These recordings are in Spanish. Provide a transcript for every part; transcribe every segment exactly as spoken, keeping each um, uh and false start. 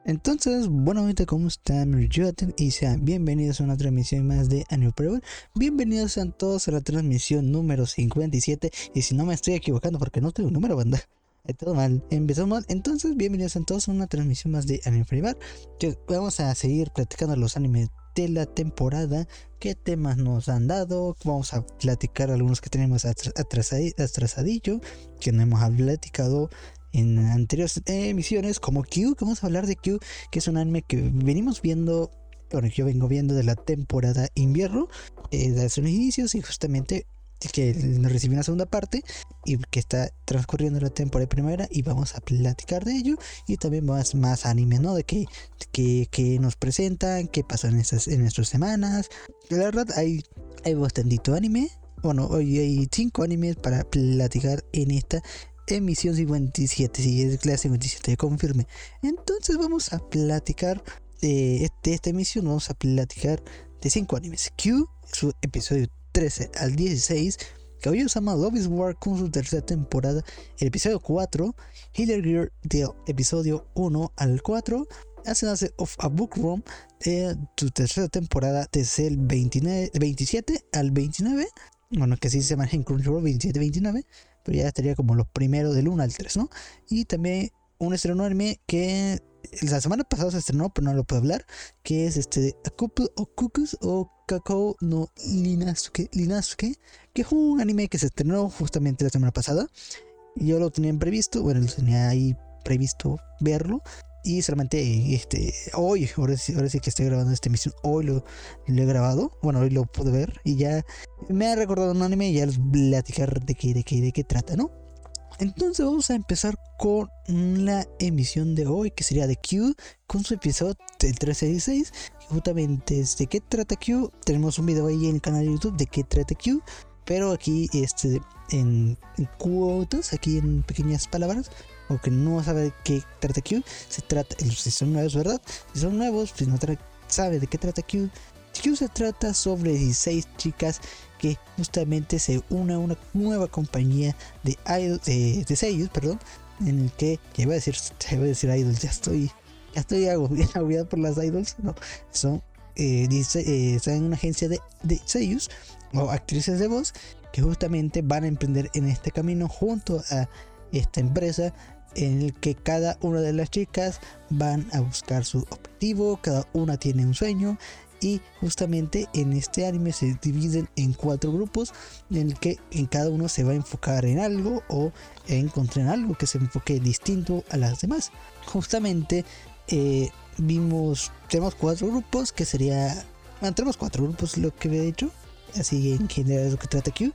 Entonces, bueno, gente, ¿cómo están? Jonathan y sean bienvenidos a una transmisión más de Anime Forever. Bienvenidos sean todos a la transmisión número cincuenta y siete. Y si no me estoy equivocando, porque no tengo un número, banda. Hay todo mal, empezamos mal. Entonces, bienvenidos a todos a una transmisión más de Anime Forever. Vamos a seguir platicando los animes de la temporada, qué temas nos han dado. Vamos a platicar algunos que tenemos atrasadillo, que no hemos platicado en anteriores emisiones, como Q, que vamos a hablar de Q, que es un anime que venimos viendo, bueno, yo vengo viendo de la temporada invierno, eh, de sus inicios, y justamente que recibió una segunda parte y que está transcurriendo la temporada primera, y vamos a platicar de ello y también más, más anime, ¿no? De que, que, que nos presentan, qué pasa en estas, en estas semanas. La verdad hay, hay bastantito anime. Bueno, hoy hay cinco animes para platicar en esta emisión cincuenta y siete, si es la cincuenta y siete, confirme. Entonces vamos a platicar de, de esta emisión, vamos a platicar de cinco animes. Q, su episodio trece al dieciséis, Kaguya-sama Love is War con su tercera temporada, el episodio cuatro, Healer Gear del episodio uno al cuatro, Ascendancy of a Book Room de su tercera temporada desde el veintinueve, veintisiete al veintinueve, bueno, que así se maneja en Crunchyroll, veintisiete veintinueve, pero ya estaría como los primeros del uno al tres, ¿no? Y también un estreno anime que la semana pasada se estrenó, pero no lo puedo hablar, que es este A Couple of Cuckoos o Kakao no Linasuke, Linasuke, que es un anime que se estrenó justamente la semana pasada. Yo lo tenía previsto, bueno, lo tenía ahí previsto verlo, y solamente este hoy, ahora sí, ahora sí que estoy grabando esta emisión, hoy lo, lo he grabado, bueno, hoy lo pude ver y ya me ha recordado un anime, y ya les platicar de qué, de qué, de qué trata, ¿no? Entonces vamos a empezar con la emisión de hoy, que sería de Q, con su episodio del trece a dieciséis. Justamente es de qué trata Q. Tenemos un video ahí en el canal de YouTube de qué trata Q, pero aquí este en, en cuotas, aquí en pequeñas palabras, aunque no sabe de qué trata Q. Se trata, si son nuevos, ¿verdad? Si son nuevos, si no sabe de qué trata Q. Q se trata sobre dieciséis chicas que justamente se une a una nueva compañía de idol, de, de seiyus, perdón, en el que, ya iba a decir, ya iba a decir idols, ya estoy, ya estoy agobiado por las idols, no, son, eh, dice, eh, están en una agencia de, de seiyus o actrices de voz que justamente van a emprender en este camino junto a esta empresa, en el que cada una de las chicas van a buscar su objetivo, cada una tiene un sueño. Y justamente en este anime se dividen en cuatro grupos, en el que en cada uno se va a enfocar en algo o encontrar algo que se enfoque distinto a las demás. Justamente eh, vimos, tenemos cuatro grupos, que sería, bueno, tenemos cuatro grupos, lo que había dicho, así en general es lo que trata Q.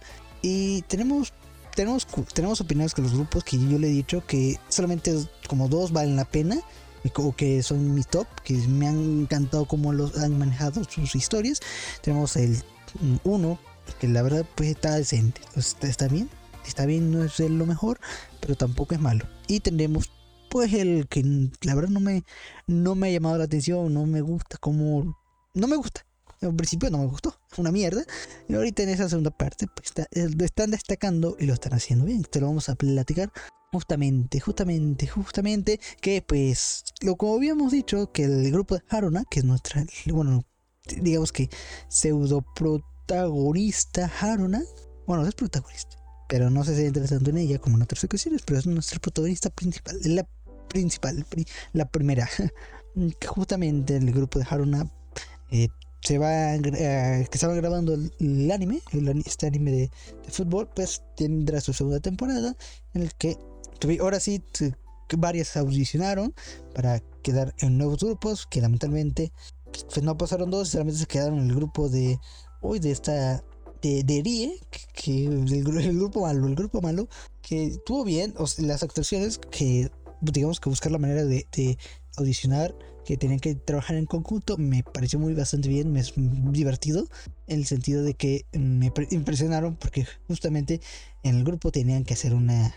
Y tenemos tenemos tenemos opiniones con los grupos, que yo le he dicho que solamente como dos valen la pena, o que son mi top, que me han encantado cómo los han manejado sus historias. Tenemos el uno, que la verdad pues está decente, está, está bien, está bien, no es lo mejor, pero tampoco es malo. Y tendremos pues el que la verdad no me, no me ha llamado la atención, no me gusta, como no me gusta. Al principio no me gustó, fue una mierda. Y ahorita en esa segunda parte pues está, lo están destacando y lo están haciendo bien. Te lo vamos a platicar. Justamente, justamente, justamente, que pues, lo como habíamos dicho, que el grupo de Haruna, que es nuestra, bueno, digamos que pseudo protagonista Haruna, bueno, es protagonista, pero no se centra tanto en ella como en otras ocasiones, pero es nuestra protagonista principal, la principal, la primera, que justamente el grupo de Haruna eh, se va eh, que estaban grabando el, el anime, el, este anime de, de fútbol, pues tendrá su segunda temporada, en el que ahora sí varias audicionaron para quedar en nuevos grupos, que lamentablemente pues no pasaron dos, solamente se quedaron en el grupo de hoy de esta de, de Rie, que, que el, el grupo malo, el grupo malo, que estuvo bien, o sea, las actuaciones, que digamos que buscar la manera de, de audicionar, que tenían que trabajar en conjunto, me pareció muy bastante bien, me es divertido, en el sentido de que me impresionaron, porque justamente en el grupo tenían que hacer una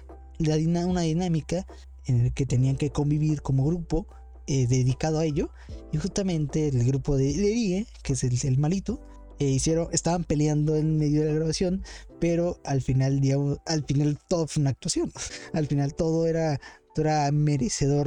una dinámica en la que tenían que convivir como grupo eh, dedicado a ello, y justamente el grupo de Rie, que es el, el malito, eh, hicieron, estaban peleando en medio de la grabación, pero al final, digamos, al final todo fue una actuación, al final todo era, todo era merecedor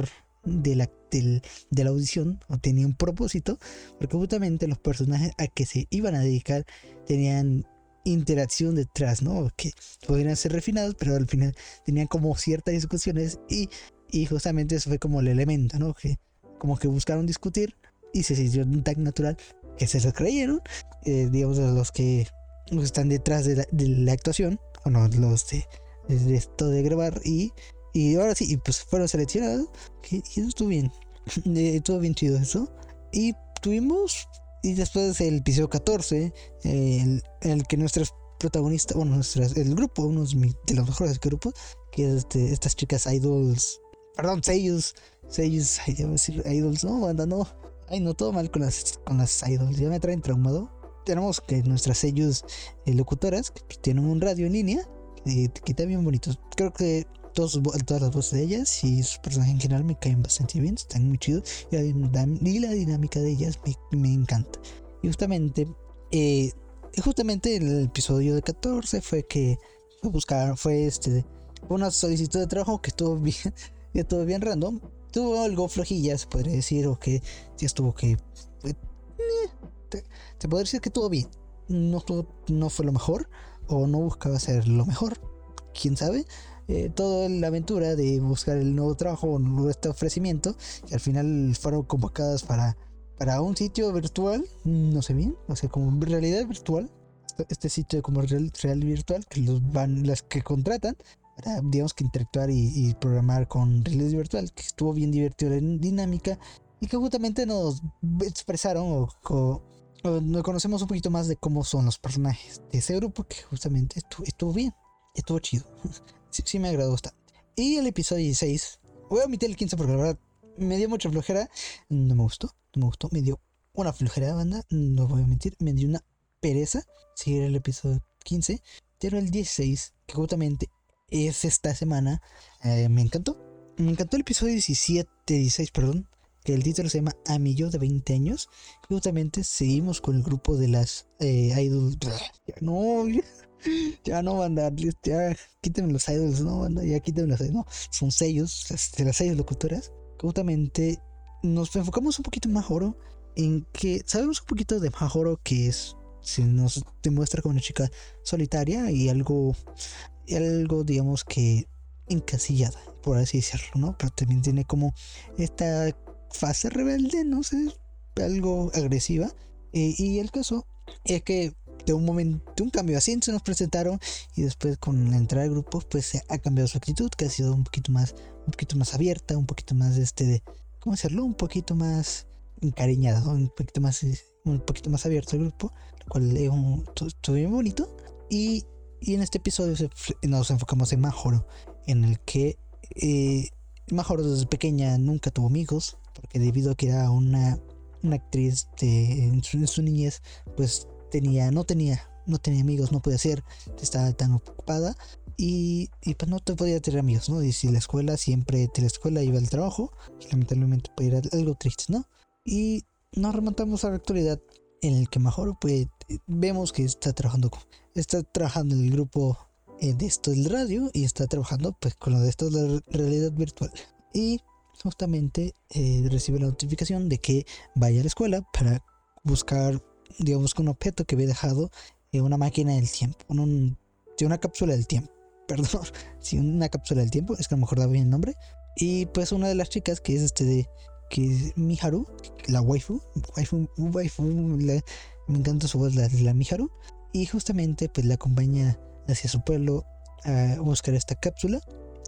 de la, del, de la audición, o tenía un propósito, porque justamente los personajes a que se iban a dedicar tenían interacción detrás, ¿no? Que podrían ser refinados, pero al final tenían como ciertas discusiones y, y justamente eso fue como el elemento, ¿no? Que como que buscaron discutir y se sintió tan natural que se lo creyeron, eh, digamos, los que están detrás de la, de la actuación, o no, los de, de esto de grabar, y, y ahora sí, pues fueron seleccionados, y eso estuvo bien, estuvo bien chido eso, y tuvimos, y después el episodio catorce, eh, el, el que nuestros protagonistas, bueno, nuestras, el grupo, uno de los mejores grupos, que es este, estas chicas idols, perdón, seiyus, seiyus, ay, ya voy a decir idols, no, banda, no, ay, no, todo mal con las, con las idols, ya me traen traumado. Tenemos que nuestras seiyus eh, locutoras, que pues, tienen un radio en línea, eh, que está bien bonitos, creo que todos, todas las voces de ellas y sus personajes en general me caen bastante bien, están muy chidos, y la, y la dinámica de ellas me, me encanta. Y justamente, eh, justamente el episodio de catorce fue que fue buscar, fue este, una solicitud de trabajo que estuvo bien, que estuvo bien random, tuvo algo flojilla, se podría decir, o que sí estuvo que, fue, eh, te, te podría decir que estuvo bien, no, estuvo, no fue lo mejor, o no buscaba ser lo mejor, quién sabe. Eh, toda la aventura de buscar el nuevo trabajo o este ofrecimiento, que al final fueron convocadas para, para un sitio virtual, no sé bien, o sea, como realidad virtual, este sitio como real, real virtual, que los van, las que contratan para, digamos, que interactuar y, y programar con realidad virtual, que estuvo bien divertido en dinámica y que justamente nos expresaron o, o, o nos conocemos un poquito más de cómo son los personajes de ese grupo, que justamente estuvo, estuvo bien, estuvo chido. Sí, sí me agradó bastante. Y el episodio dieciséis, voy a omitir el quince porque la verdad me dio mucha flojera, no me gustó, no me gustó, me dio una flojera de banda, no voy a mentir, me dio una pereza seguir el episodio quince, pero el dieciséis, que justamente es esta semana, eh, me encantó, me encantó el episodio diecisiete, dieciséis, perdón, que el título se llama A mi yo de veinte años, y justamente seguimos con el grupo de las eh, idols, no, ya no, banda, ya quítenme los idols, no, banda, ya quítenme los idols, no, son sellos, de las sellos locutoras, que justamente nos enfocamos un poquito en Mahoro, en que sabemos un poquito de Mahoro, que es, se nos demuestra como una chica solitaria y algo, y algo, digamos que encasillada, por así decirlo, ¿no? Pero también tiene como esta fase rebelde, no sé, algo agresiva, eh, y el caso es que de un momento, de un cambio así se nos presentaron, y después con la entrada del grupo pues se ha cambiado su actitud, que ha sido un poquito más un poquito más abierta, un poquito más este de, ¿cómo hacerlo? Un poquito más encariñada, ¿no? Un poquito más un poquito más abierto el grupo, lo cual es un, todo bien bonito. Y, y en este episodio se, nos enfocamos en Mahoro, en el que eh, Mahoro desde pequeña nunca tuvo amigos, porque debido a que era una, una actriz de, en, su, en su niñez, pues tenía, no tenía, no tenía amigos, no podía ser, estaba tan ocupada y, y pues no te podía tener amigos, ¿no? Y si la escuela, siempre de la escuela iba al trabajo, y lamentablemente pues era algo triste, ¿no? Y nos remontamos a la actualidad en el que Mahoro pues vemos que está trabajando con, está trabajando en el grupo eh, de esto del radio, y está trabajando pues con lo de esto de la realidad virtual, y justamente eh, recibe la notificación de que vaya a la escuela para buscar, digamos, que un objeto que había dejado en una máquina del tiempo, un, de una cápsula del tiempo, perdón, sí, una cápsula del tiempo, es que a lo mejor da bien el nombre. Y pues una de las chicas, que es este de, que es Miharu, la waifu, waifu, waifu la, me encanta su voz, la, la Miharu, y justamente pues la acompaña hacia su pueblo a buscar esta cápsula,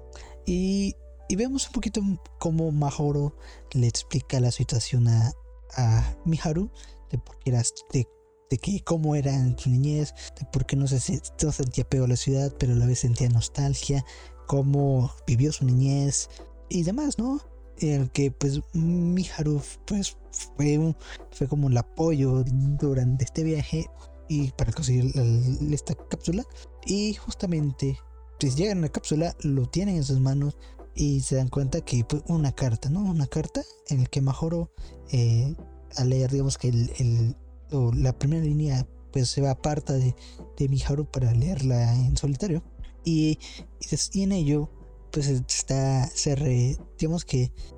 y, y vemos un poquito cómo Mahoro le explica la situación a, a Miharu, de por qué era, de, de que cómo era en su niñez, de por qué no se no sentía apego a la ciudad, pero a la vez sentía nostalgia, cómo vivió su niñez y demás, ¿no? En el que pues Miharu pues fue un, fue como el apoyo durante este viaje y para conseguir la, esta cápsula, y justamente pues llegan a la cápsula, lo tienen en sus manos y se dan cuenta que pues, una carta, ¿no? Una carta en la que Mahoro eh, al leer, digamos que el, el o la primera línea pues se va aparta de, de Miharu para leerla en solitario, y, y, y en ello pues está se re, digamos que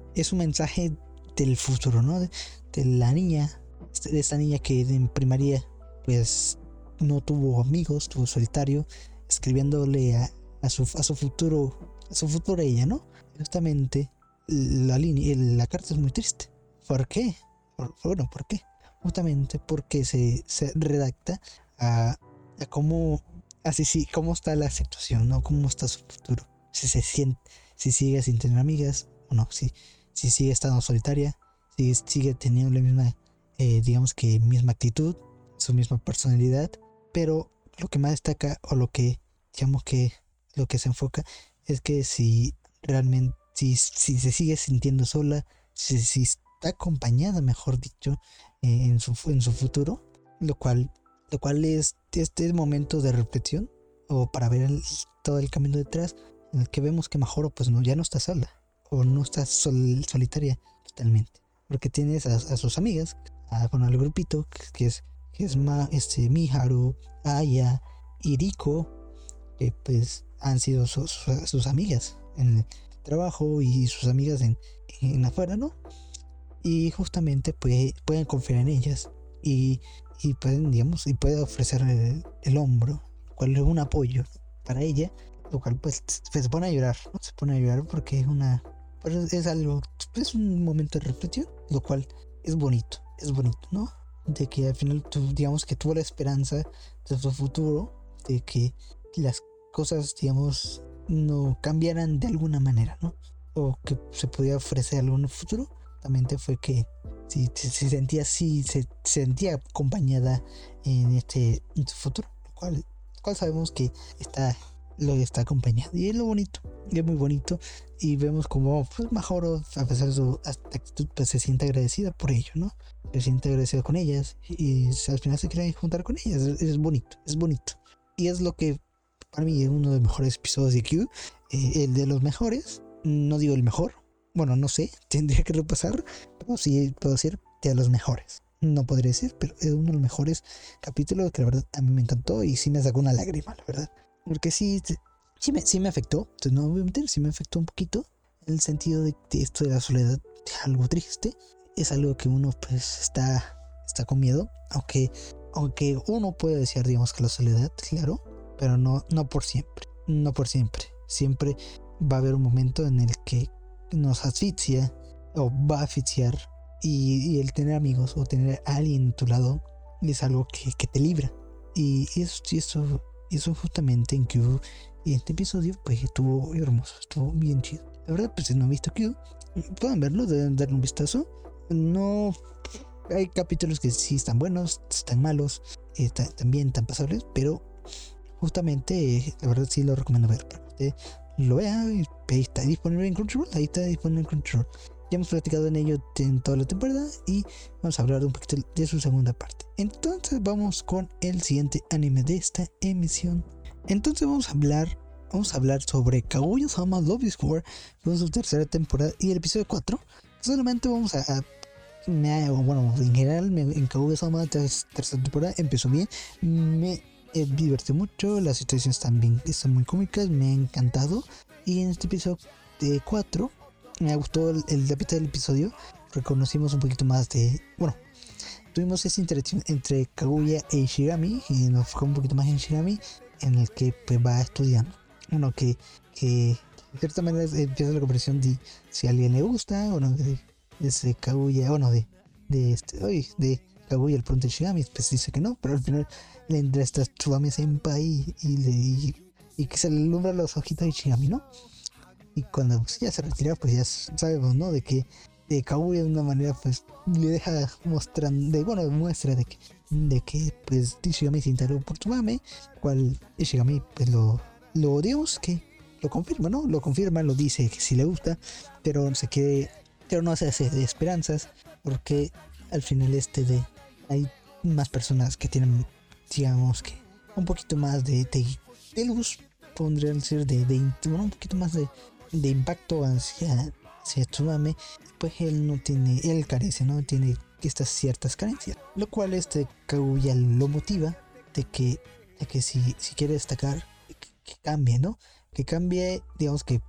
es un mensaje del futuro, ¿no? De, de la niña, de esta niña que en primaria pues no tuvo amigos, tuvo solitario, escribiéndole a, a, su, a su futuro, a su futuro ella, ¿no? Justamente la línea, la carta es muy triste. ¿Por qué? Por, bueno, ¿por qué? Justamente porque se, se redacta a, a cómo, así sí, cómo está la situación, ¿no? Cómo está su futuro. Si se siente, si sigue sin tener amigas, o no, si, si sigue estando solitaria, si sigue teniendo la misma, eh, digamos que misma actitud, su misma personalidad, pero lo que más destaca, o lo que, digamos que, lo que se enfoca, es que si realmente, si, si se sigue sintiendo sola, si, si está acompañada, mejor dicho, eh, en, su, en su futuro, lo cual, lo cual es este momento de reflexión, o para ver el, todo el camino detrás, en el que vemos que Majoro pues no, ya no está sola, o no está sol, solitaria totalmente, porque tienes a, a sus amigas, a, bueno, al grupito, que, que es, que es Ma, este, Miharu, Aya y Riko, que pues han sido sus, sus, sus amigas en el trabajo y sus amigas en, en afuera, ¿no? Y justamente pues pueden confiar en ellas y, y pueden, digamos, y puede ofrecer el, el hombro, cual es un apoyo para ella, lo cual pues se pone a llorar, ¿no? Se pone a llorar porque es una, pues es algo, es un momento de reflexión, lo cual es bonito, es bonito, ¿no? De que al final tú, digamos que tuvo la esperanza de su futuro, de que las cosas, digamos, no cambiaran de alguna manera, ¿no? O que se podía ofrecer algo en el futuro. También fue que si se, se sentía así, se, se sentía acompañada en este, en su futuro, lo cual, lo cual sabemos que está, lo está acompañado, y es lo bonito, y es muy bonito, y vemos como pues, Majoro, a pesar de su actitud, pues se siente agradecida por ello, ¿no? Se siente agradecida con ellas, y al final se quiere juntar con ellas. Es, es bonito, es bonito, y es lo que para mí es uno de los mejores episodios de Q, eh, el de los mejores, no digo el mejor, bueno, no sé, tendría que repasar, pero sí puedo decir de los mejores. No podría decir, pero es uno de los mejores capítulos que la verdad a mí me encantó y sí me sacó una lágrima, la verdad. Porque sí, sí me, sí me afectó, entonces no voy a mentir, sí me afectó un poquito, en el sentido de que esto de la soledad es algo triste, es algo que uno pues está, está con miedo, aunque, aunque uno puede desear, digamos, que la soledad, claro, pero no, no por siempre, no por siempre. Siempre va a haber un momento en el que nos asfixia o va a asfixiar, y, y el tener amigos o tener a alguien a tu lado es algo que, que te libra, y, y eso, y eso, y eso justamente en Q, y este episodio pues estuvo hermoso, estuvo bien chido. La verdad, pues si no han visto Q, pueden verlo, deben darle un vistazo. No, hay capítulos que sí están buenos, están malos, están, también están pasables, pero justamente la verdad sí lo recomiendo ver para que usted lo vea. Ahí está disponible en Crunchyroll, ahí está disponible en Crunchyroll. Ya hemos platicado en ello en toda la temporada y vamos a hablar un poquito de su segunda parte. Entonces vamos con el siguiente anime de esta emisión. Entonces vamos a hablar vamos a hablar sobre Kaguya-sama Love is War con su tercera temporada y el episodio cuatro. Solamente vamos a, a me, bueno, en general me, en Kaguya-sama tercera temporada empezó bien, me eh, divirtió mucho, las situaciones también están muy cómicas, me ha encantado, y en este episodio de cuatro me gustó el, el del episodio, reconocimos un poquito más de, bueno, tuvimos esa interacción entre Kaguya e Ishigami y nos enfocamos un poquito más en Ishigami, en el que pues va estudiando, bueno, que, que de cierta manera empieza la conversación de si a alguien le gusta o no, de, de ese Kaguya, o no, de, de este, oye, de Kaguya el pronto Ishigami, pues dice que no, pero al final le entra esta Tsubame Senpai y, y, le, y, y que se le alumbra los ojitos de Ishigami, ¿no? Y cuando pues, ya se retira, pues ya sabemos, ¿no? De que de Kaguya de una manera pues le deja mostrando, de, bueno, muestra de que, de que pues Ishigami se interesó por Tsubame, cual Ishigami pues lo, lo digamos que lo confirma, ¿no? Lo confirma, lo dice que sí le gusta, pero se quiere, pero no se hace de esperanzas, porque al final este de hay más personas que tienen, digamos que un poquito más de, de, de luz, podrían decir, de, de bueno, un poquito más de, de impacto hacia, hacia Tsubame, pues él no tiene, él carece, ¿no? Tiene estas ciertas carencias, lo cual este Kaguya lo motiva de que, de que si, si quiere destacar, que, que cambie, ¿no? Que cambie, digamos que,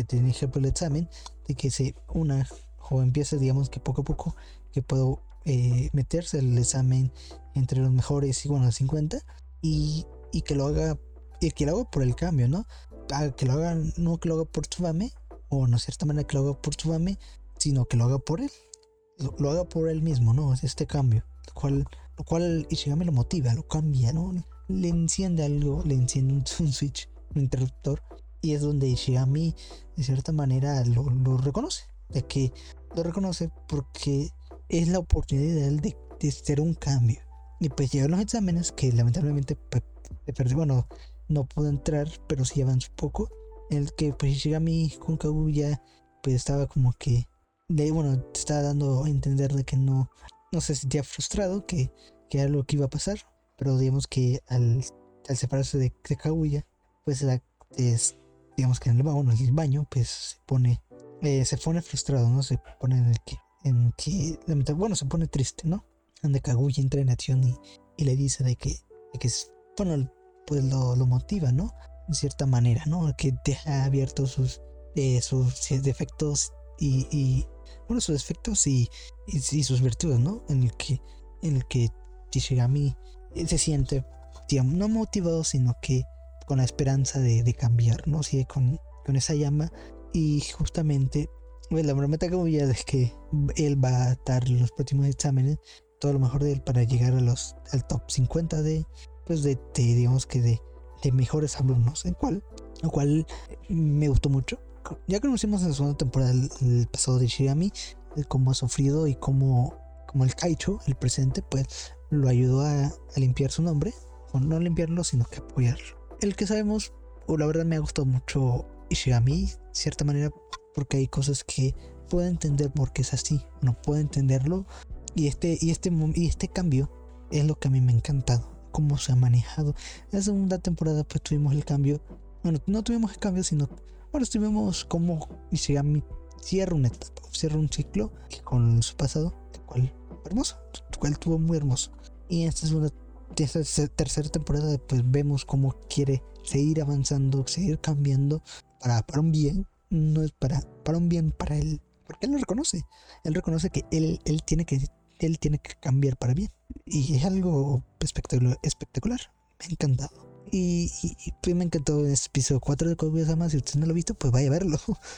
que tiene ejemplo el examen, de que se una o empiece, digamos que poco a poco, que puedo eh, meterse al examen entre los mejores y bueno, los cincuenta, y, y que lo haga, y que lo haga por el cambio, ¿no? Que lo haga, no que lo haga por Tsubame, o no cierta manera que lo haga por Tsubame, sino que lo haga por él, lo, lo haga por él mismo, ¿no? Este cambio, lo cual, lo cual Ishigami lo motiva, lo cambia, ¿no? Le enciende algo, le enciende un, un switch, un interruptor, y es donde Ishigami de cierta manera lo, lo reconoce, de que lo reconoce porque es la oportunidad de él de, de hacer un cambio. Y pues llegan los exámenes que lamentablemente pues, perdí, bueno, no pudo entrar, pero sí avanzó un poco, en el que pues Ishigami con Kaguya pues estaba como que de, bueno, te estaba dando a entender de que no, no se sentía frustrado, que, que era lo que iba a pasar, pero digamos que al, al separarse de, de Kaguya, pues la, es, digamos que en el, bueno, en el baño pues se pone eh, se pone frustrado, ¿no? Se pone en el que, en que bueno, se pone triste, ¿no? Donde Kaguya entra en acción y, y le dice de que, de que bueno, pues lo, lo motiva, ¿no? De cierta manera, ¿no? Que deja abiertos sus, eh, sus defectos y, y bueno, sus defectos y, y, y sus virtudes, ¿no? En el que, en el que Ishigami se siente, digamos, no motivado, sino que con la esperanza de, de cambiar, ¿no? Sigue con, con esa llama, y justamente pues, la promesa que voy a es que él va a dar los próximos exámenes todo lo mejor de él para llegar a los al top cincuenta de pues de, de digamos que de, de mejores alumnos, en cual lo cual me gustó mucho. Ya conocimos en la segunda temporada el, el pasado de Ishigami, el cómo ha sufrido y cómo como el Kaicho, el presente, pues lo ayudó a, a limpiar su nombre, o no limpiarlo sino que apoyarlo. El que sabemos, o la verdad me ha gustado mucho Ishigami, de cierta manera, porque hay cosas que puedo entender por qué es así, no puedo entenderlo, y este, y este, y este cambio es lo que a mí me ha encantado, cómo se ha manejado. En la segunda temporada pues tuvimos el cambio, bueno, no tuvimos el cambio, sino, bueno, tuvimos como Ishigami cierra una etapa, cierra un ciclo con su pasado, el cual hermoso, el cual tuvo muy hermoso. Y en esta segunda, esta tercera temporada pues vemos cómo quiere seguir avanzando, seguir cambiando para, para un bien, no es para, para un bien para él, porque él lo reconoce, él reconoce que él, él, tiene que él tiene que cambiar para bien, y es algo espectacular, espectacular. Me ha encantado, y, y, y pues me encantó este episodio cuatro de Kaguya-sama. Si usted no lo ha visto, pues vaya a verlo.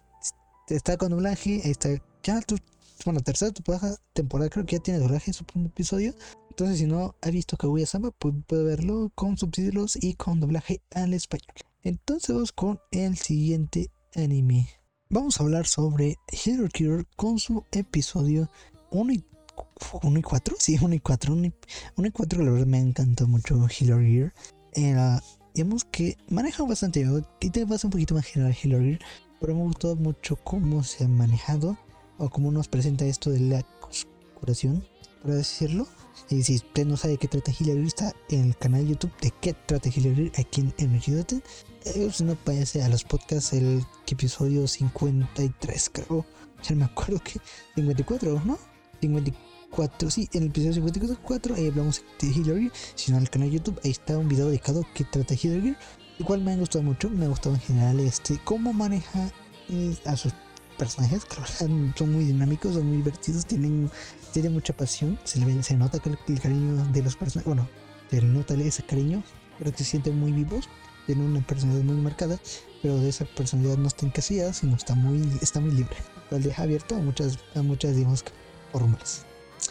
Está con doblaje, está ya tu, bueno, tercera temporada, temporada creo que ya tiene doblaje en su primer episodio. Entonces, si no ha visto Kaguya-sama, pues puede verlo con subtítulos y con doblaje al español. Entonces vamos con el siguiente anime. Vamos a hablar sobre Hero Cure con su episodio uno y cuatro. Sí, uno y cuatro. uno y cuatro, la verdad me encantó mucho Hero Cure. Eh, digamos que maneja bastante bien. Y te pasa un poquito más general Hero Cure, pero me gustó mucho cómo se ha manejado o cómo nos presenta esto de la curación, por decirlo. Y si usted no sabe de qué trata Hillary, está en el canal de YouTube de qué trata Hillary aquí en Energy. Eh, si no, parece a los podcasts el episodio cincuenta y tres, creo. Ya no me acuerdo que cincuenta y cuatro, ¿no? cincuenta y cuatro, sí, en el episodio cincuenta y cuatro ahí hablamos de Hillary. Si no, en el canal de YouTube ahí está un video dedicado a qué trata Hillary, el cual me ha gustado mucho. Me ha gustado en general este cómo maneja eh, a sus personajes, que son muy dinámicos, son muy divertidos, tienen, tienen mucha pasión, se le ve, se nota que el, el cariño de los personajes, bueno, se nota ese cariño, pero que se sienten muy vivos, tienen una personalidad muy marcada, pero de esa personalidad no está encasillada, sino está muy, está muy libre, lo deja abierto a muchas, a muchas, digamos, fórmulas.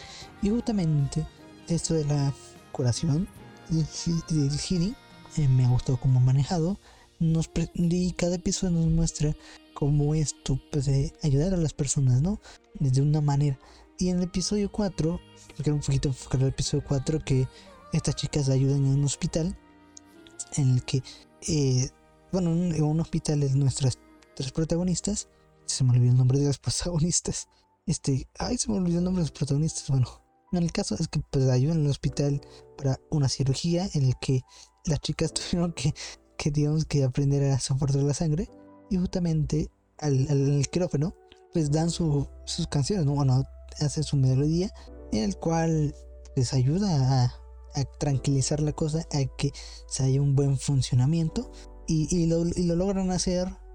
Y justamente esto de la curación y el healing eh, me ha gustado cómo manejado. Nos pre- y cada episodio nos muestra cómo esto puede ayudar a las personas, ¿no? De una manera. Y en el episodio cuatro, quiero un poquito enfocar el episodio cuatro, que estas chicas ayudan en un hospital en el que, eh, bueno, en un hospital es nuestras tres protagonistas. Se me olvidó el nombre de las protagonistas. Este, ay, se me olvidó el nombre de los protagonistas. Bueno, en el caso es que pues ayudan en el hospital para una cirugía en el que las chicas tuvieron que, que digamos que aprender a soportar la sangre, y justamente al, al quirófano pues dan su, sus canciones, ¿no? Bueno, hacen su melodía en el cual les ayuda a, a tranquilizar la cosa, a que se haya un buen funcionamiento, y, y, lo, y lo logran hacer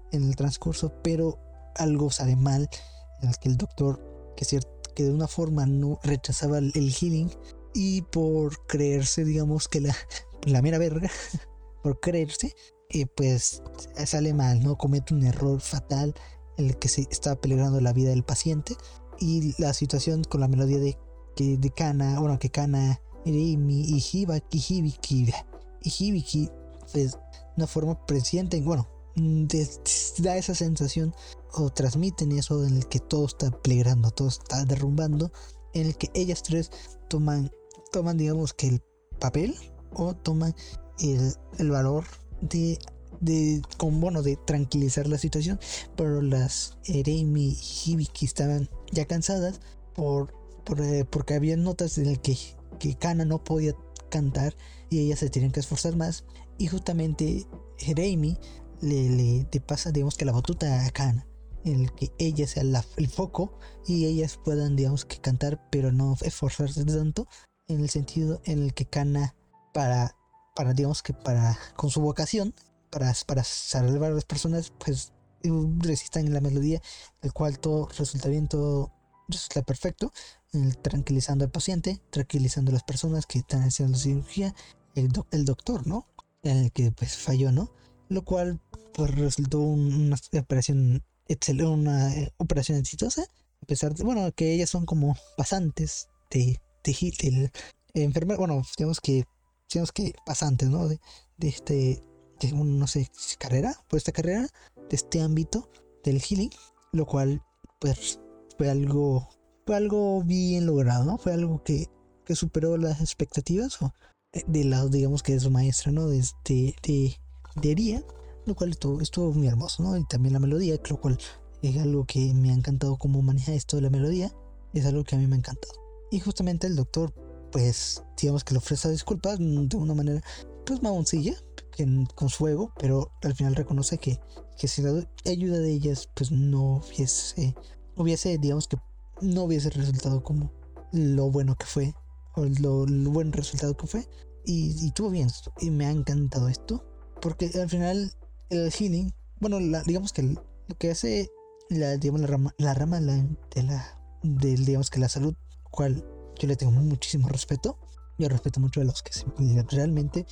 en el transcurso, pero algo sale mal, en el que el doctor, que, cier- que de una forma no rechazaba el, el healing, y por creerse, digamos que la, la mera verga, por creerse, eh, pues sale mal, ¿no? Comete un error fatal en el que se está peligrando la vida del paciente, y la situación con la melodía de, que, de Kana, bueno, que Kana, Reimi y Hibaki, Hibiki, y Hibiki, pues, de una forma presienten, bueno, de, da esa sensación o transmiten eso en el que todo está peligrando, todo está derrumbando, en el que ellas tres toman, toman digamos que el papel o toman el, el valor de, de, con, bueno, de tranquilizar la situación, pero las Reimi y Hibiki estaban ya cansadas por, por eh, porque había notas en el que, que Kana no podía cantar y ellas se tenían que esforzar más, y justamente Reimi le, le, le pasa, digamos que la batuta a Kana, en el que ella sea la, el foco y ellas puedan, digamos que cantar, pero no esforzarse tanto, en el sentido en el que Kana, para, para digamos que para, con su vocación, para, para salvar a las personas, pues resistan en la melodía, el cual todo resulta bien, todo resulta perfecto, el, tranquilizando al paciente, tranquilizando a las personas que están haciendo la cirugía, el, do, el doctor, ¿no? El que pues falló, ¿no? Lo cual pues resultó un, una operación excelente, una eh, operación exitosa, a pesar de, bueno, que ellas son como pasantes de, de, de, de enfermera, bueno, digamos que, digamos que pasantes, ¿no? De, de este, de un, no sé, carrera, por esta carrera, de este ámbito del healing, lo cual pues fue algo, fue algo bien logrado, ¿no? Fue algo que, que superó las expectativas o, de lado, digamos que de su maestra, ¿no? De, de, de, de Ria, lo cual estuvo, estuvo muy hermoso, ¿no? Y también la melodía, lo cual es algo que me ha encantado cómo maneja esto de la melodía, es algo que a mí me ha encantado. Y justamente el doctor, pues, digamos que le ofrece disculpas de una manera, pues, mamoncilla, que, con su ego, pero al final reconoce que, que sin la ayuda de ellas, pues, no hubiese, hubiese, digamos que no hubiese resultado como lo bueno que fue, o lo, lo buen resultado que fue, y, y estuvo bien, y me ha encantado esto, porque al final el healing, bueno, la, digamos que el, lo que hace la, digamos, la rama, la rama de la, de la de, digamos que la salud, cual yo le tengo muchísimo respeto. Yo respeto mucho a los que se, realmente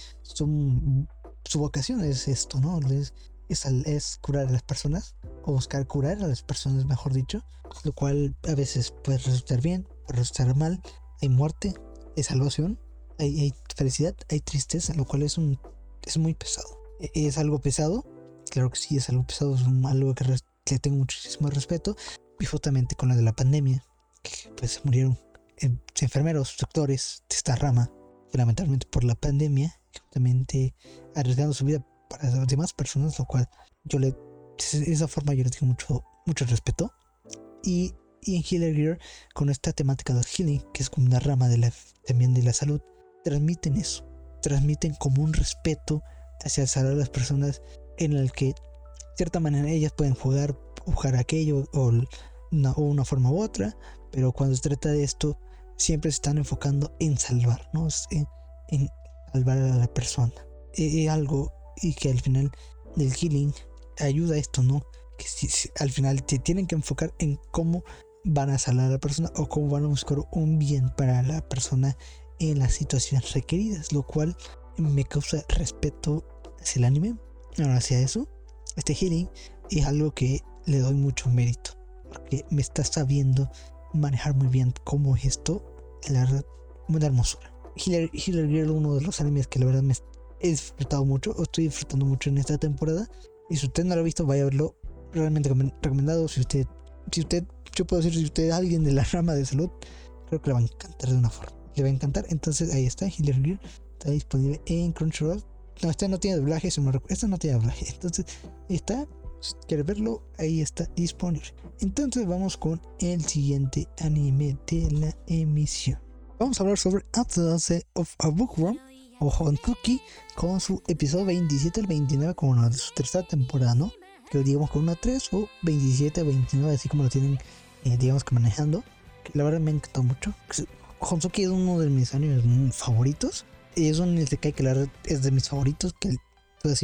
son, su vocación es esto, ¿no? Es, es, es curar a las personas, o buscar curar a las personas, mejor dicho, lo cual a veces puede resultar bien, puede resultar mal. Hay muerte, hay salvación, hay, hay felicidad, hay tristeza, lo cual es un es muy pesado. Es algo pesado, claro que sí, es algo pesado, es un, algo que res, le tengo muchísimo respeto. Y justamente con la de la pandemia, que pues se murieron eh, enfermeros, doctores de esta rama, lamentablemente por la pandemia, justamente arriesgando su vida para las demás personas, lo cual yo le, de esa forma yo le tengo mucho, mucho respeto. Y, y en Healer Gear, con esta temática del healing, que es como una rama de la, también de la salud, transmiten eso, transmiten como un respeto hacia salvar a las personas, en el que de cierta manera ellas pueden jugar, jugar aquello o una, o una forma u otra, pero cuando se trata de esto siempre se están enfocando en salvar, ¿no? En, en salvar a la persona. Es, es algo y que al final del healing ayuda a esto, ¿no? Que si, si, al final te tienen que enfocar en cómo van a salvar a la persona o cómo van a buscar un bien para la persona en las situaciones requeridas, lo cual me causa respeto hacia el anime, ahora hacia eso. Este healing es algo que le doy mucho mérito, porque me está sabiendo manejar muy bien cómo es esto, la verdad, una hermosura. Healer, Healer Girl, uno de los animes que la verdad me he disfrutado mucho, o estoy disfrutando mucho en esta temporada, y si usted no lo ha visto, vaya a verlo, realmente recomendado. Si usted, si usted, yo puedo decir, si usted es alguien de la rama de salud, creo que le va a encantar de una forma, le va a encantar. Entonces ahí está, Healer Girl, está disponible en Crunchyroll. No, este no tiene doblaje, si me recuerdo, este no tiene doblaje, entonces está, si quieres verlo, ahí está disponible. Entonces vamos con el siguiente anime de la emisión. Vamos a hablar sobre At the Dance of a Bookworm, o Honshuki, con su episodio veintisiete al veintinueve, como una de su tercera temporada, ¿no? Que digamos con una tres o veintisiete a veintinueve, así como lo tienen, eh, digamos que manejando. La verdad me encantó mucho. Honshuki es uno de mis animes favoritos. Es un isekai que la verdad es de mis favoritos, que puedo decir,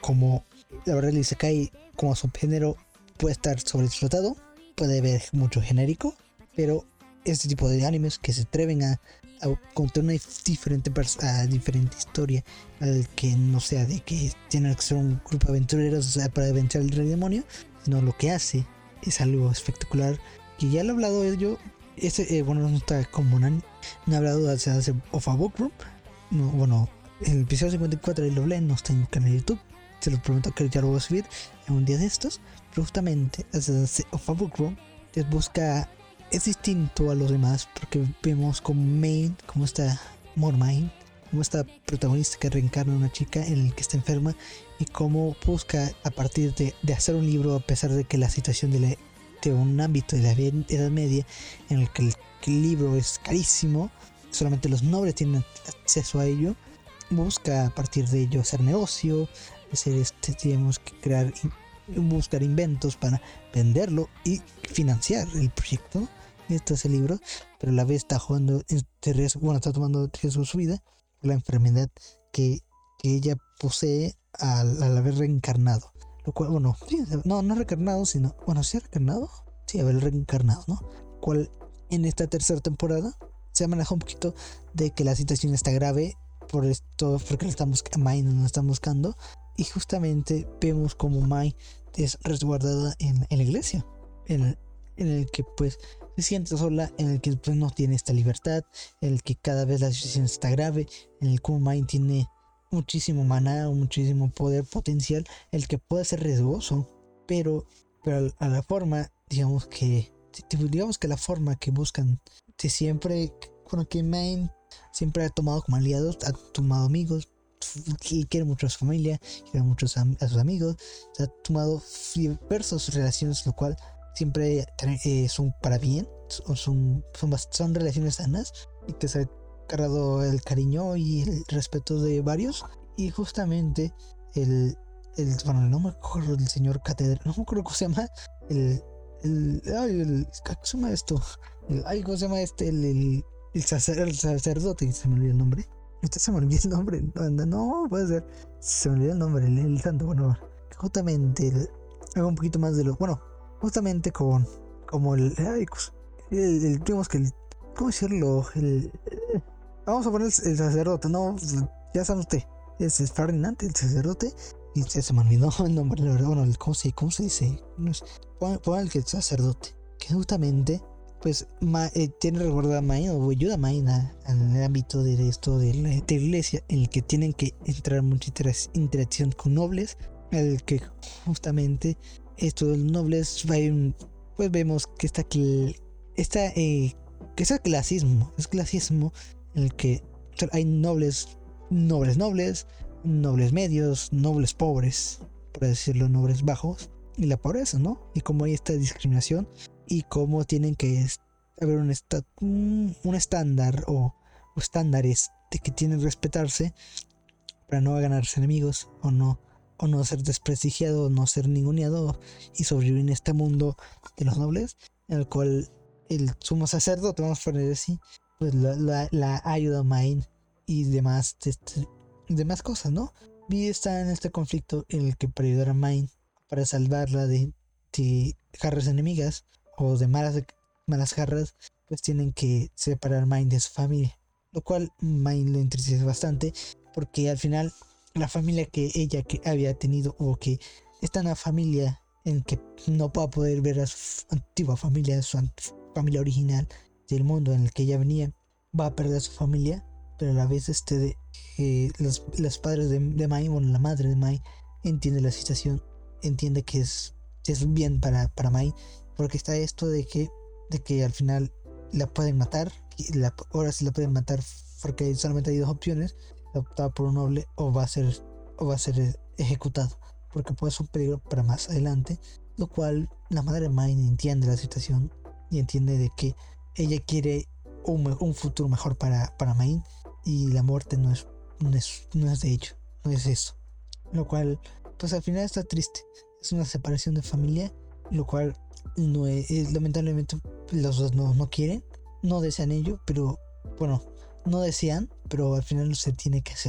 como la verdad el Isekai como subgénero puede estar sobreexplotado, puede haber mucho genérico, pero este tipo de animes que se atreven a, a contar una diferente, a diferente historia, al que no sea de que tienen que ser un grupo de aventureros, o sea, para vencer al rey demonio, sino lo que hace es algo espectacular, que ya lo he hablado yo, este, eh, bueno, no está como no he hablado de hace, hace of a Book Room, no, bueno, el episodio cincuenta y cuatro de lo hablé, no está en el canal de YouTube, se lo prometo que ya lo voy a subir en un día de estos, pero justamente hace of a Book Room les busca, es distinto a los demás porque vemos como Main, como esta Mormain, como esta protagonista que reencarna a una chica en la que está enferma y cómo busca a partir de, de hacer un libro, a pesar de que la situación de, la, de un ámbito de la Edad Media en el que el, que el libro es carísimo, solamente los nobles tienen acceso a ello, busca a partir de ello hacer negocio, hacer este, tenemos que crear, buscar inventos para venderlo y financiar el proyecto. Esto es el libro, pero a la vez está jugando este riesgo, bueno, está tomando riesgo su vida, la enfermedad que, que ella posee al, al haber reencarnado. Lo cual, bueno, sí, no, no reencarnado, sino, bueno, sí reencarnado, sí, haber reencarnado, ¿no? Cual en esta tercera temporada se maneja un poquito de que la situación está grave por esto, porque lo estamos, Mai nos está buscando, y justamente vemos como Mai es resguardada en, en la iglesia, en, en el que pues se siente sola, en el que pues no tiene esta libertad, en el que cada vez la situación está grave, en el que Mai tiene muchísimo maná, muchísimo poder potencial, el que puede ser riesgoso, pero, pero a la forma, digamos que, digamos que la forma que buscan de siempre, bueno, que Mai siempre ha tomado como aliados, ha tomado amigos, quiere mucho a su familia, quiere mucho a sus amigos, se ha tomado diversas relaciones, lo cual siempre eh, son para bien, son, son, son relaciones sanas y que se ha cargado el cariño y el respeto de varios. Y justamente el, el bueno, no me acuerdo del señor catedral, no me acuerdo cómo se llama, el, el, ay, el ¿cómo se llama esto? El, ay, ¿cómo se llama este? El, el, el, sacer, el sacerdote, se me olvidó el nombre. Este se me olvidó el nombre, no, no puede ser, se me olvidó el nombre, el, el santo, bueno, justamente el, hago un poquito más de lo, bueno, justamente con, como el, ay, el, el digamos que el, ¿cómo decirlo? El, eh, vamos a poner el, el sacerdote, no, ya sabe usted, es, es Ferdinand, el sacerdote, y se, se me olvidó el nombre, la verdad, bueno, el, ¿cómo se, cómo se dice? No es, pon, pon el que el sacerdote, que justamente pues ma, eh, tiene resguardada a Mai o ayuda a Mai en el ámbito de esto de la, de la iglesia, en el que tienen que entrar mucha interacción con nobles, el que justamente esto de los nobles pues vemos que está que está eh, que es el clasismo, es clasismo en el que hay nobles nobles nobles, nobles medios, nobles pobres, por decirlo, nobles bajos, y la pobreza, ¿no? Y como hay esta discriminación y cómo tienen que haber un, esta, un, un estándar o, o estándares de que tienen que respetarse para no ganarse enemigos o no, o no ser desprestigiado o no ser ninguneado y sobrevivir en este mundo de los nobles, en el cual el sumo sacerdote, vamos a poner así, pues la, la, la ayuda a Main y demás, de este, demás cosas, ¿no? Vi está en este conflicto en el que para ayudar a Main, para salvarla de, de garras enemigas o de malas, malas garras, pues tienen que separar Main de su familia, lo cual Main le entristece bastante porque al final la familia que ella que había tenido o que está en una familia en que no va a poder ver a su antigua familia, su familia original del mundo en el que ella venía, va a perder a su familia, pero a la vez este de, eh, los, los padres de, de Mai, bueno, la madre de Mai entiende la situación, entiende que es, que es bien para, para Mai, porque está esto de que, de que al final la pueden matar, y la, ahora sí la pueden matar porque solamente hay dos opciones, optar por un noble o va a ser o va a ser ejecutado, porque puede ser un peligro para más adelante, lo cual la madre de Mai entiende la situación y entiende de que ella quiere un, un futuro mejor para, para Mai y la muerte no es, no es no es de hecho, no es eso, lo cual pues al final está triste, es una separación de familia, lo cual no es, es lamentablemente los dos no, no quieren, no desean ello, pero bueno, no desean, pero al final se tiene que hacer.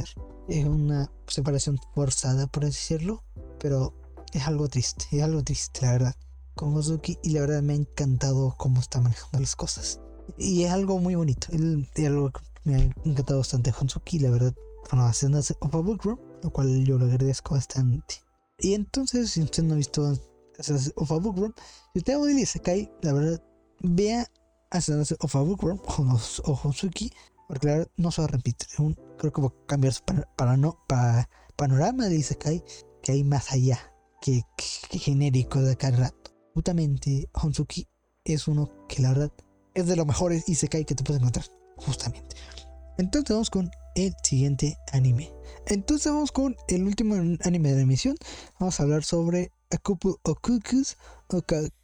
es una separación forzada, por así decirlo, pero es algo triste, es algo triste, la verdad, con Hozuki, y la verdad me ha encantado cómo está manejando las cosas. Y es algo muy bonito, es algo que me ha encantado bastante Hozuki, la verdad, bueno, haciendo of a Bookworm, lo cual yo lo agradezco bastante. Y entonces, si usted no ha visto of a Bookworm, si usted odia el Isekai, la verdad, vea Ascendance of a Bookworm o Hozuki, porque la verdad no se va a repetir. Un, creo que va a cambiar su para, para no, pa, panorama de Isekai, que hay más allá que, que, que genérico de cada rato. Justamente Hozuki es uno que la verdad es de los mejores Isekai que te puedes encontrar, justamente. Entonces vamos con el siguiente anime. Entonces vamos con el último anime de la emisión. Vamos a hablar sobre A Couple of Cuckoos o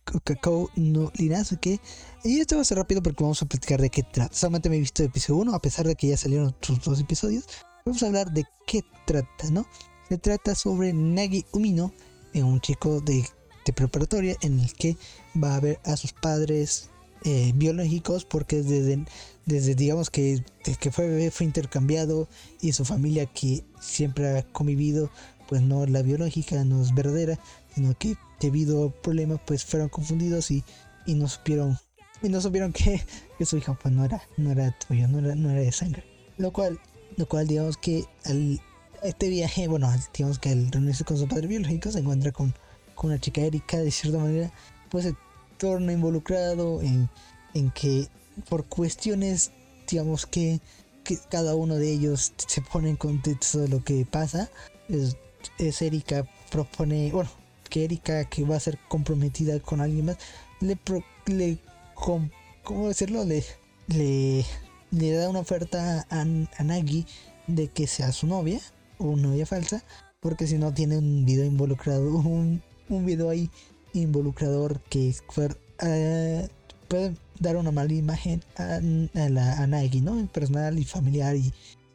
Kakao no Rinasuke. Y esto va a ser rápido porque vamos a platicar de qué trata. Solamente me he visto el episodio uno, a pesar de que ya salieron otros dos episodios. Vamos a hablar de qué trata, ¿no? Se trata sobre Nagi Umino, un chico de, de preparatoria en el que va a ver a sus padres eh, biológicos, porque desde, desde digamos que desde que fue bebé fue intercambiado, y su familia que siempre ha convivido pues no es la biológica, no es verdadera, sino que debido a problemas pues fueron confundidos y, y no supieron y no supieron que, que su hija pues no era no era tuyo, no era, no era de sangre, lo cual lo cual digamos que al este viaje, bueno, digamos que al reunirse con su padre biológico se encuentra con, con una chica, Erika, de cierta manera pues se torna involucrado en, en que por cuestiones digamos que, que cada uno de ellos se pone en contexto de lo que pasa. Es, es Erika propone, bueno, que Erika, que va a ser comprometida con alguien más, le, pro, le com, ¿cómo decirlo? Le, le, le da una oferta a, a Nagi de que sea su novia, o novia falsa, porque si no tiene un video involucrado, un, un video ahí involucrador que fue, uh, puede dar una mala imagen a, a, la, a Nagi, ¿no? Personal y familiar y,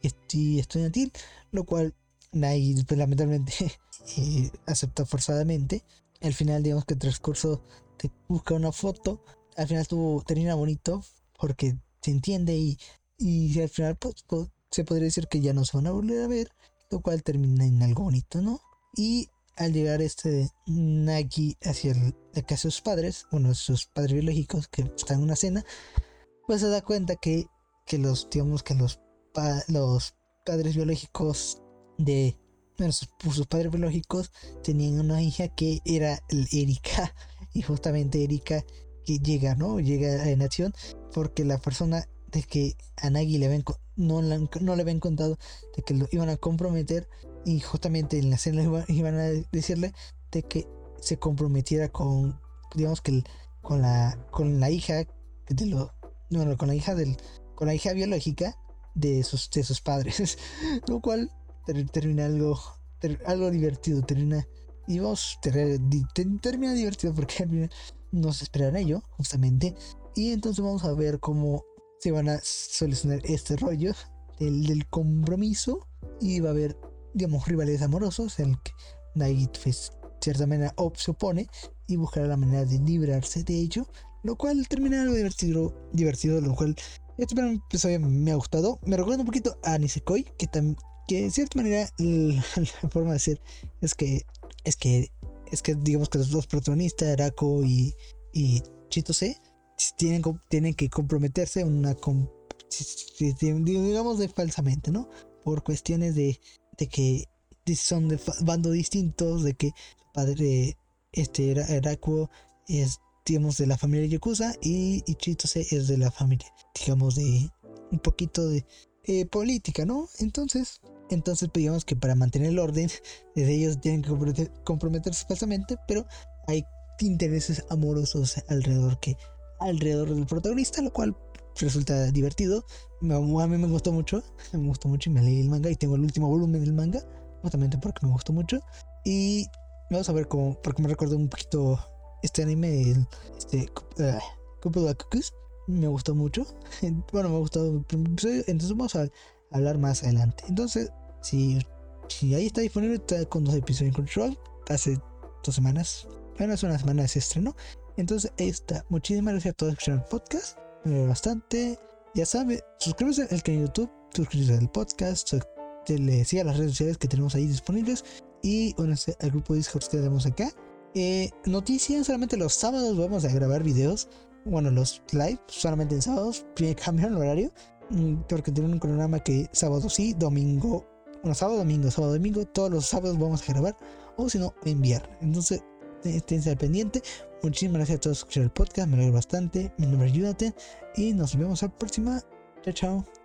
y estudiantil, lo cual Nagi pues, lamentablemente eh, acepta forzadamente. Al final, digamos que el transcurso te busca una foto, al final tuvo, termina bonito porque se entiende y, y al final pues, pues, se podría decir que ya no se van a volver a ver, lo cual termina en algo bonito, ¿no? Y al llegar este Nagi hacia el, la casa de sus padres, bueno, sus padres biológicos que están en una cena, pues se da cuenta que, que los, digamos que los, pa, los padres biológicos de, bueno, sus, sus padres biológicos tenían una hija que era el Erika, y justamente Erika que llega, ¿no? Llega en acción porque la persona de que a Nagi le habían, no, no le habían contado de que lo iban a comprometer, y justamente en la escena iban, iban a decirle de que se comprometiera con, digamos que el, con la con la hija de lo, bueno, con la hija del, con la hija biológica de sus de sus padres, lo cual ter, termina algo ter, algo divertido, termina y vos ter, ter, termina divertido porque no se esperan ello justamente, y entonces vamos a ver cómo se van a solucionar este rollo del, del compromiso, y va a haber, digamos, rivales amorosos en el que Nagi pues, de cierta manera se opone y buscará la manera de librarse de ello, lo cual termina algo divertido, divertido lo cual este episodio me ha gustado. Me recuerda un poquito a Nisekoi, que, tam, que de cierta manera la, la forma de ser es que es que es que digamos que los dos protagonistas, Arako y, y Chitose, tienen, tienen que comprometerse una com, digamos de falsamente, ¿no? Por cuestiones de, de que son de bandos distintos, de que su padre, este Arakuo, es, digamos, de la familia Yakuza, y, y Chitose es de la familia, digamos, de un poquito de eh, política, ¿no? Entonces, entonces pues, digamos que para mantener el orden, desde ellos tienen que comprometer, comprometerse falsamente, pero hay intereses amorosos alrededor que alrededor del protagonista, lo cual resulta divertido. A mí me gustó mucho, me gustó mucho y me leí el manga y tengo el último volumen del manga, justamente porque me gustó mucho. Y vamos a ver cómo, porque me recuerdo un poquito este anime, el, este uh, Couple of Cuckoos, me gustó mucho. Bueno, me ha gustado el primer episodio, entonces vamos a hablar más adelante. Entonces, si, si ahí está disponible, está con dos episodios en Crunchyroll, hace dos semanas, bueno, hace una semana se estrenó. Entonces ahí está. Muchísimas gracias a todos por escuchar el podcast. Me ve bastante. Ya saben, suscríbanse al canal de YouTube, suscríbanse al podcast, te le siga las redes sociales que tenemos ahí disponibles. Y bueno, el grupo de Discord que tenemos acá. Eh, noticias, solamente los sábados vamos a grabar videos. Bueno, los live, solamente en sábados. Cambiaron el horario. Porque tienen un cronograma que sábado sí, domingo. Bueno, sábado, domingo, sábado, domingo. Todos los sábados vamos a grabar. O si no, enviar. Entonces, esténse al pendiente. Muchísimas gracias a todos por escuchar el podcast. Me alegro bastante. Mi nombre es Ayúdate. Y nos vemos a la próxima. Chao, chao.